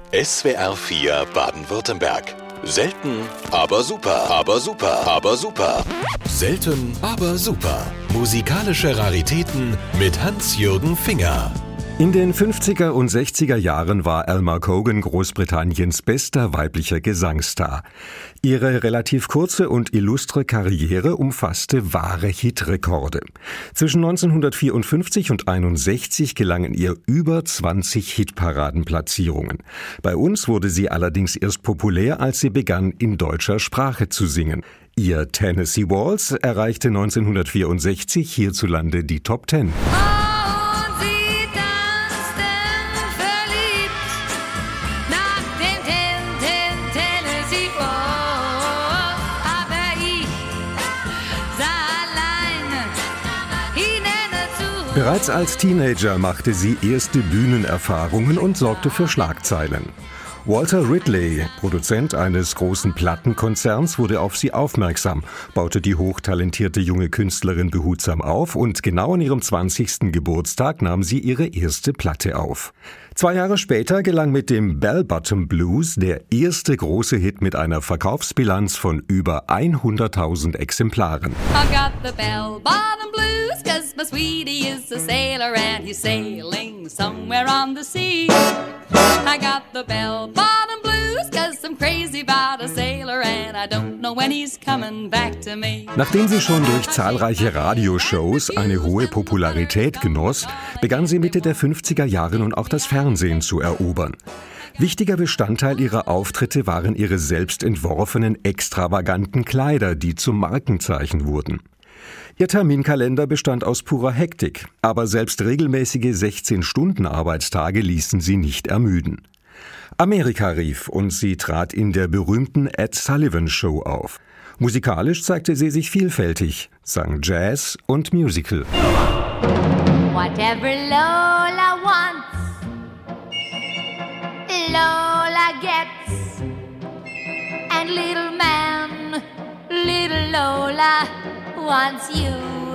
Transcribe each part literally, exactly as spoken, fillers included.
S W R vier Baden-Württemberg. Selten, aber super, aber super, aber super. Selten, aber super. Musikalische Raritäten mit Hans-Jürgen Finger. In den fünfziger und sechziger Jahren war Alma Cogan Großbritanniens bester weiblicher Gesangsstar. Ihre relativ kurze und illustre Karriere umfasste wahre Hitrekorde. Zwischen neunzehnhundertvierundfünfzig und einundsechzig gelangen ihr über zwanzig Hitparadenplatzierungen. Bei uns wurde sie allerdings erst populär, als sie begann, in deutscher Sprache zu singen. Ihr Tennessee Waltz erreichte neunzehnhundertvierundsechzig hierzulande die Top Ten. Bereits als Teenager machte sie erste Bühnenerfahrungen und sorgte für Schlagzeilen. Walter Ridley, Produzent eines großen Plattenkonzerns, wurde auf sie aufmerksam, baute die hochtalentierte junge Künstlerin behutsam auf und genau an ihrem zwanzigsten Geburtstag nahm sie ihre erste Platte auf. Zwei Jahre später gelang mit dem Bell Bottom Blues der erste große Hit mit einer Verkaufsbilanz von über hunderttausend Exemplaren. I got the bell bottom blues, 'cause my sweetie is a sailor and he's sailing somewhere on the sea. I got the bell bottom blues, 'cause I'm crazy about a sailor and I don't know when he's coming back to me. Nachdem sie schon durch zahlreiche Radioshows eine hohe Popularität genoss, begann sie Mitte der fünfziger Jahre nun auch das Fernsehen zu erobern. Wichtiger Bestandteil ihrer Auftritte waren ihre selbst entworfenen, extravaganten Kleider, die zum Markenzeichen wurden. Ihr Terminkalender bestand aus purer Hektik, aber selbst regelmäßige sechzehn-Stunden-Arbeitstage ließen sie nicht ermüden. Amerika rief und sie trat in der berühmten Ed Sullivan Show auf. Musikalisch zeigte sie sich vielfältig, sang Jazz und Musical. Whatever Lola wants, Lola gets. And little man, little Lola wants you.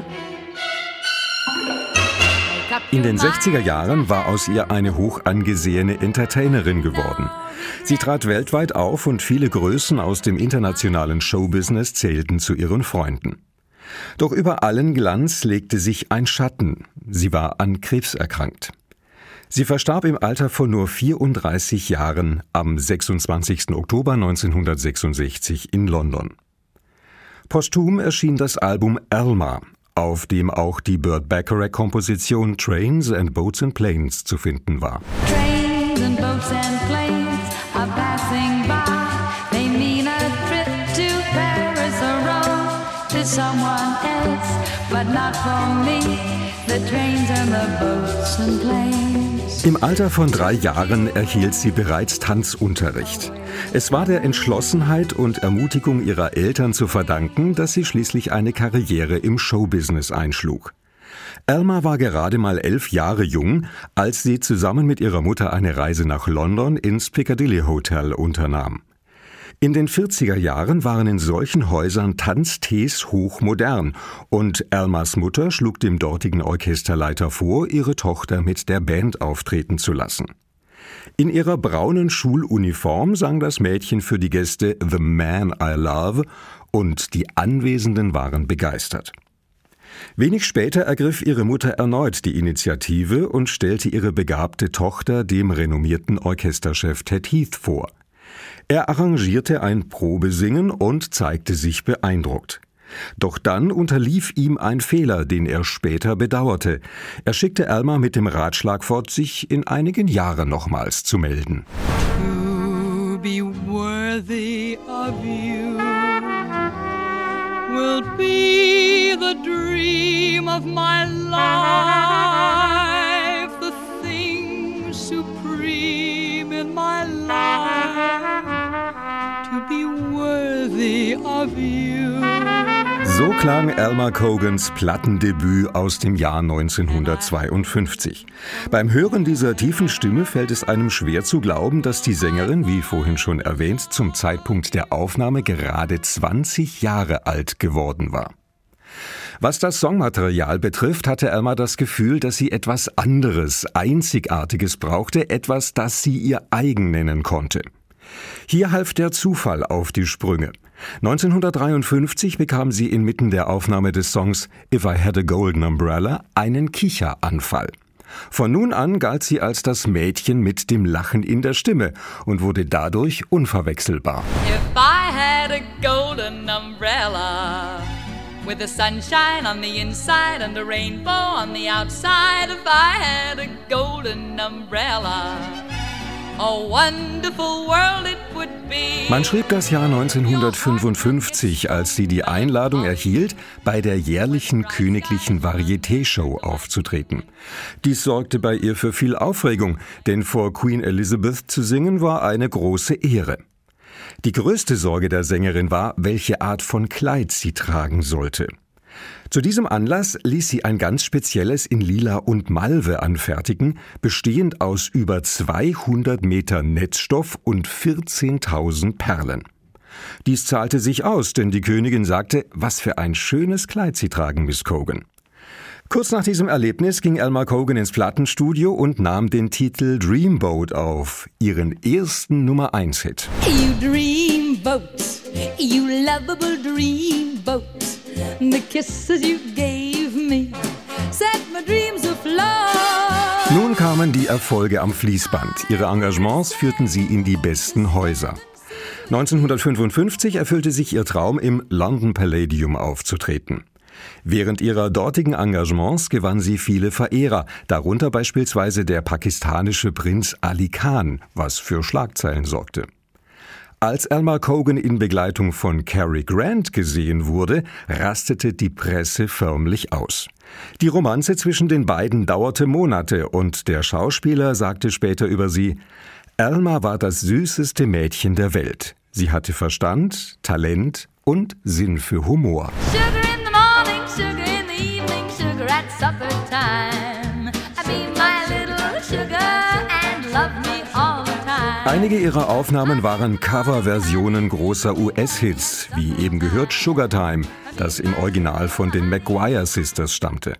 In den sechziger Jahren war aus ihr eine hoch angesehene Entertainerin geworden. Sie trat weltweit auf und viele Größen aus dem internationalen Showbusiness zählten zu ihren Freunden. Doch über allen Glanz legte sich ein Schatten. Sie war an Krebs erkrankt. Sie verstarb im Alter von nur vierunddreißig Jahren am sechsundzwanzigsten Oktober neunzehnhundertsechsundsechzig in London. Posthum erschien das Album Alma, auf dem auch die Burt Bacharach-Komposition Trains and Boats and Planes zu finden war. Trains and boats and planes are passing by. They mean a trip to Paris or Rome, to someone else, but not for me. The trains and the boats and planes. Im Alter von drei Jahren erhielt sie bereits Tanzunterricht. Es war der Entschlossenheit und Ermutigung ihrer Eltern zu verdanken, dass sie schließlich eine Karriere im Showbusiness einschlug. Alma war gerade mal elf Jahre jung, als sie zusammen mit ihrer Mutter eine Reise nach London ins Piccadilly Hotel unternahm. In den vierziger Jahren waren in solchen Häusern Tanztees hochmodern und Almas Mutter schlug dem dortigen Orchesterleiter vor, ihre Tochter mit der Band auftreten zu lassen. In ihrer braunen Schuluniform sang das Mädchen für die Gäste The Man I Love und die Anwesenden waren begeistert. Wenig später ergriff ihre Mutter erneut die Initiative und stellte ihre begabte Tochter dem renommierten Orchesterchef Ted Heath vor. Er arrangierte ein Probesingen und zeigte sich beeindruckt. Doch dann unterlief ihm ein Fehler, den er später bedauerte. Er schickte Alma mit dem Ratschlag fort, sich in einigen Jahren nochmals zu melden. To be worthy of you will be the dream of my life, the thing supreme in my life, to be worthy of you. So klang Alma Cogans Plattendebüt aus dem Jahr neunzehnhundertzweiundfünfzig. Beim Hören dieser tiefen Stimme fällt es einem schwer zu glauben, dass die Sängerin, wie vorhin schon erwähnt, zum Zeitpunkt der Aufnahme gerade zwanzig Jahre alt geworden war. Was das Songmaterial betrifft, hatte Alma das Gefühl, dass sie etwas anderes, Einzigartiges brauchte, etwas, das sie ihr eigen nennen konnte. Hier half der Zufall auf die Sprünge. neunzehnhundertdreiundfünfzig bekam sie inmitten der Aufnahme des Songs If I Had a Golden Umbrella einen Kicheranfall. Von nun an galt sie als das Mädchen mit dem Lachen in der Stimme und wurde dadurch unverwechselbar. If I had a golden umbrella with the sunshine on the inside and a rainbow on the outside, if I had a golden umbrella, a wonderful world it would be. Man schrieb das Jahr neunzehnhundertfünfundfünfzig, als sie die Einladung erhielt, bei der jährlichen königlichen Varieté-Show aufzutreten. Dies sorgte bei ihr für viel Aufregung, denn vor Queen Elizabeth zu singen war eine große Ehre. Die größte Sorge der Sängerin war, welche Art von Kleid sie tragen sollte. Zu diesem Anlass ließ sie ein ganz spezielles in Lila und Malve anfertigen, bestehend aus über zweihundert Meter Netzstoff und vierzehntausend Perlen. Dies zahlte sich aus, denn die Königin sagte, was für ein schönes Kleid Sie tragen, Miss Cogan. Kurz nach diesem Erlebnis ging Alma Cogan ins Plattenstudio und nahm den Titel Dreamboat auf, ihren ersten Nummer eins Hit. You dreamboat, you lovable dreamboat, the kisses you gave me set my dreams afloat. Nun kamen die Erfolge am Fließband. Ihre Engagements führten sie in die besten Häuser. neunzehnhundertfünfundfünfzig erfüllte sich ihr Traum, im London Palladium aufzutreten. Während ihrer dortigen Engagements gewann sie viele Verehrer, darunter beispielsweise der pakistanische Prinz Ali Khan, was für Schlagzeilen sorgte. Als Alma Cogan in Begleitung von Cary Grant gesehen wurde, rastete die Presse förmlich aus. Die Romanze zwischen den beiden dauerte Monate und der Schauspieler sagte später über sie: Alma war das süßeste Mädchen der Welt. Sie hatte Verstand, Talent und Sinn für Humor. Sugar in the morning, sugar in the evening, sugar at supper time. Be my little sugar and love me all the time. Einige ihrer Aufnahmen waren Coverversionen großer U S-Hits, wie eben gehört Sugar Time, das im Original von den Maguire Sisters stammte.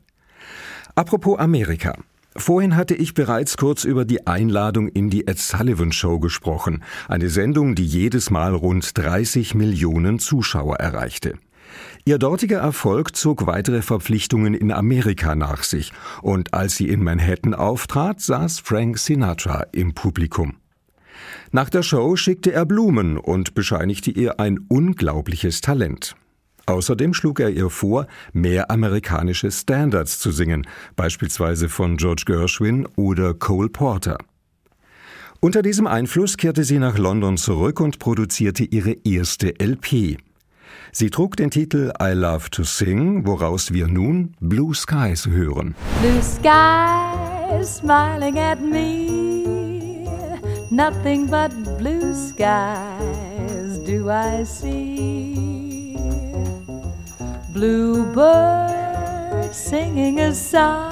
Apropos Amerika. Vorhin hatte ich bereits kurz über die Einladung in die Ed Sullivan Show gesprochen, eine Sendung, die jedes Mal rund dreißig Millionen Zuschauer erreichte. Ihr dortiger Erfolg zog weitere Verpflichtungen in Amerika nach sich, und als sie in Manhattan auftrat, saß Frank Sinatra im Publikum. Nach der Show schickte er Blumen und bescheinigte ihr ein unglaubliches Talent. Außerdem schlug er ihr vor, mehr amerikanische Standards zu singen, beispielsweise von George Gershwin oder Cole Porter. Unter diesem Einfluss kehrte sie nach London zurück und produzierte ihre erste L P. Sie trug den Titel I Love to Sing, woraus wir nun Blue Skies hören. Blue skies smiling at me, nothing but blue skies do I see. Bluebird singing a song,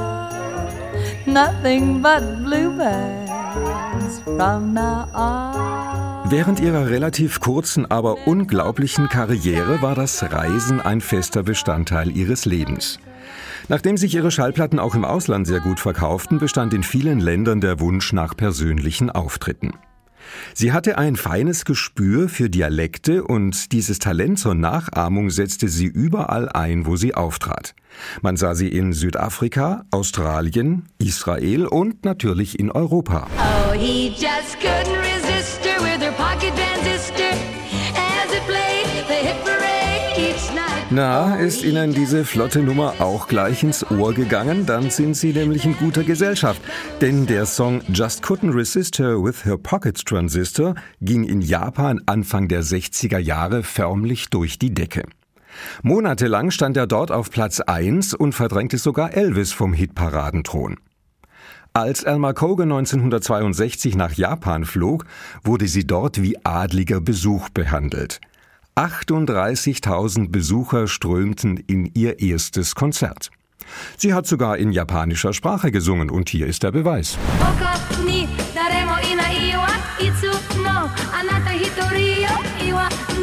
nothing but bluebirds from now on. Während ihrer relativ kurzen, aber unglaublichen Karriere war das Reisen ein fester Bestandteil ihres Lebens. Nachdem sich ihre Schallplatten auch im Ausland sehr gut verkauften, bestand in vielen Ländern der Wunsch nach persönlichen Auftritten. Sie hatte ein feines Gespür für Dialekte und dieses Talent zur Nachahmung setzte sie überall ein, wo sie auftrat. Man sah sie in Südafrika, Australien, Israel und natürlich in Europa. Oh, he just couldn't resist her with her pocket transistor as it played the hit parade each night. Na, ist Ihnen diese flotte Nummer auch gleich ins Ohr gegangen? Dann sind Sie nämlich in guter Gesellschaft. Denn der Song Just Couldn't Resist Her with Her Pocket Transistor ging in Japan Anfang der sechziger Jahre förmlich durch die Decke. Monatelang stand er dort auf Platz eins und verdrängte sogar Elvis vom Hitparadenthron. Als Alma Cogan neunzehnhundertzweiundsechzig nach Japan flog, wurde sie dort wie adliger Besuch behandelt. achtunddreißigtausend Besucher strömten in ihr erstes Konzert. Sie hat sogar in japanischer Sprache gesungen und hier ist der Beweis.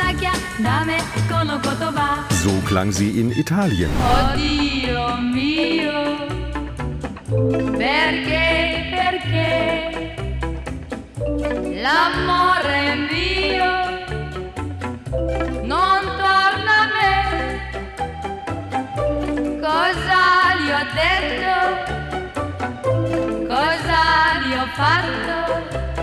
So klang sie in Italien. Oddio mio, perché, perché l'amore mio non torna a me. Cosa gli ho detto? Cosa gli ho fatto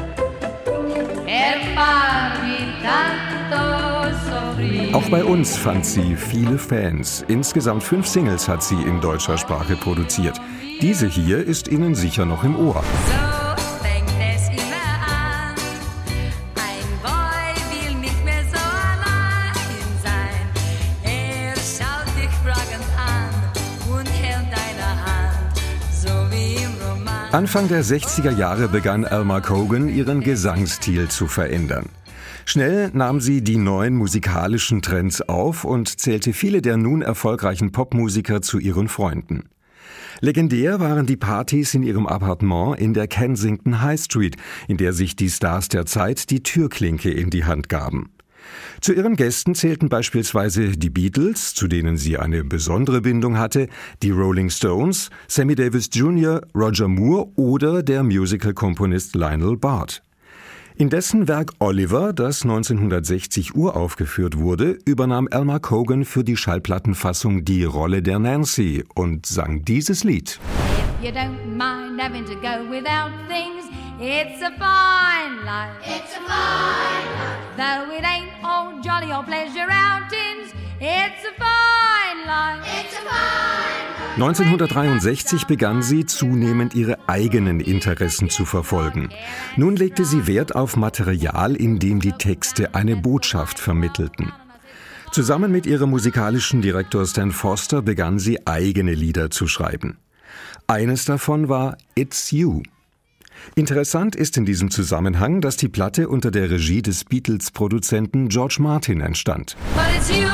per farmi tanto soffrire? Auch bei uns fand sie viele Fans. Insgesamt fünf Singles hat sie in deutscher Sprache produziert. Diese hier ist Ihnen sicher noch im Ohr. So fängt es immer an. Ein Boy will nicht mehr so allein sein. Er schaut dich fragend an und hält deine Hand, so wie im Roman. Anfang der sechziger Jahre begann Alma Cogan, ihren Gesangsstil zu verändern. Schnell nahm sie die neuen musikalischen Trends auf und zählte viele der nun erfolgreichen Popmusiker zu ihren Freunden. Legendär waren die Partys in ihrem Appartement in der Kensington High Street, in der sich die Stars der Zeit die Türklinke in die Hand gaben. Zu ihren Gästen zählten beispielsweise die Beatles, zu denen sie eine besondere Bindung hatte, die Rolling Stones, Sammy Davis Junior, Roger Moore oder der Musical-Komponist Lionel Bart. In dessen Werk Oliver, das neunzehnhundertsechzig uraufgeführt wurde, übernahm Alma Cogan für die Schallplattenfassung die Rolle der Nancy und sang dieses Lied. If you don't mind having to go without things, it's a fine life. It's a fine life. Though it ain't all jolly or pleasure outings, it's a fine life. It's a fine life. neunzehnhundertdreiundsechzig begann sie zunehmend ihre eigenen Interessen zu verfolgen. Nun legte sie Wert auf Material, in dem die Texte eine Botschaft vermittelten. Zusammen mit ihrem musikalischen Direktor Stan Foster begann sie eigene Lieder zu schreiben. Eines davon war It's You. Interessant ist in diesem Zusammenhang, dass die Platte unter der Regie des Beatles-Produzenten George Martin entstand. But it's you,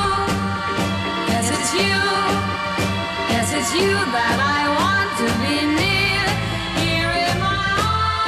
yes it's you, yes it's you that I want to be near, here in my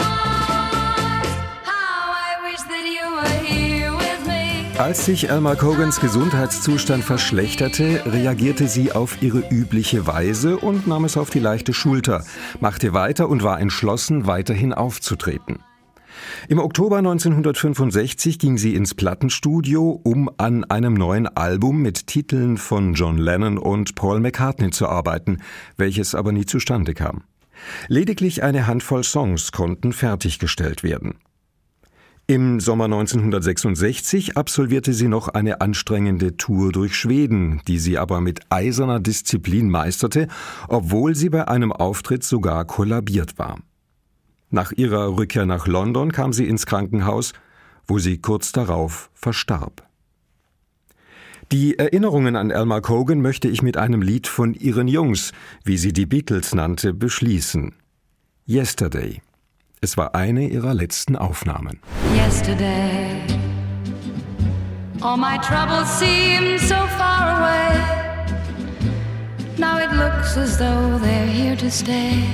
arms. How I wish that you were here with me. Als sich Alma Cogans Gesundheitszustand verschlechterte, reagierte sie auf ihre übliche Weise und nahm es auf die leichte Schulter, machte weiter und war entschlossen, weiterhin aufzutreten. Im Oktober neunzehnhundertfünfundsechzig ging sie ins Plattenstudio, um an einem neuen Album mit Titeln von John Lennon und Paul McCartney zu arbeiten, welches aber nie zustande kam. Lediglich eine Handvoll Songs konnten fertiggestellt werden. Im Sommer neunzehnhundertsechsundsechzig absolvierte sie noch eine anstrengende Tour durch Schweden, die sie aber mit eiserner Disziplin meisterte, obwohl sie bei einem Auftritt sogar kollabiert war. Nach ihrer Rückkehr nach London kam sie ins Krankenhaus, wo sie kurz darauf verstarb. Die Erinnerungen an Alma Cogan möchte ich mit einem Lied von ihren Jungs, wie sie die Beatles nannte, beschließen. Yesterday. Es war eine ihrer letzten Aufnahmen. Yesterday, all my troubles seemed so far away. Now it looks as though they're here to stay.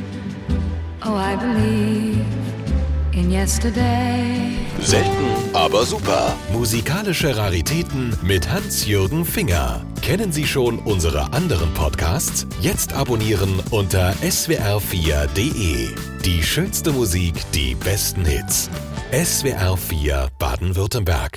Oh, I believe in yesterday. Selten, aber super. Musikalische Raritäten mit Hans-Jürgen Finger. Kennen Sie schon unsere anderen Podcasts? Jetzt abonnieren unter s w r vier punkt d e. Die schönste Musik, die besten Hits. S W R vier Baden-Württemberg.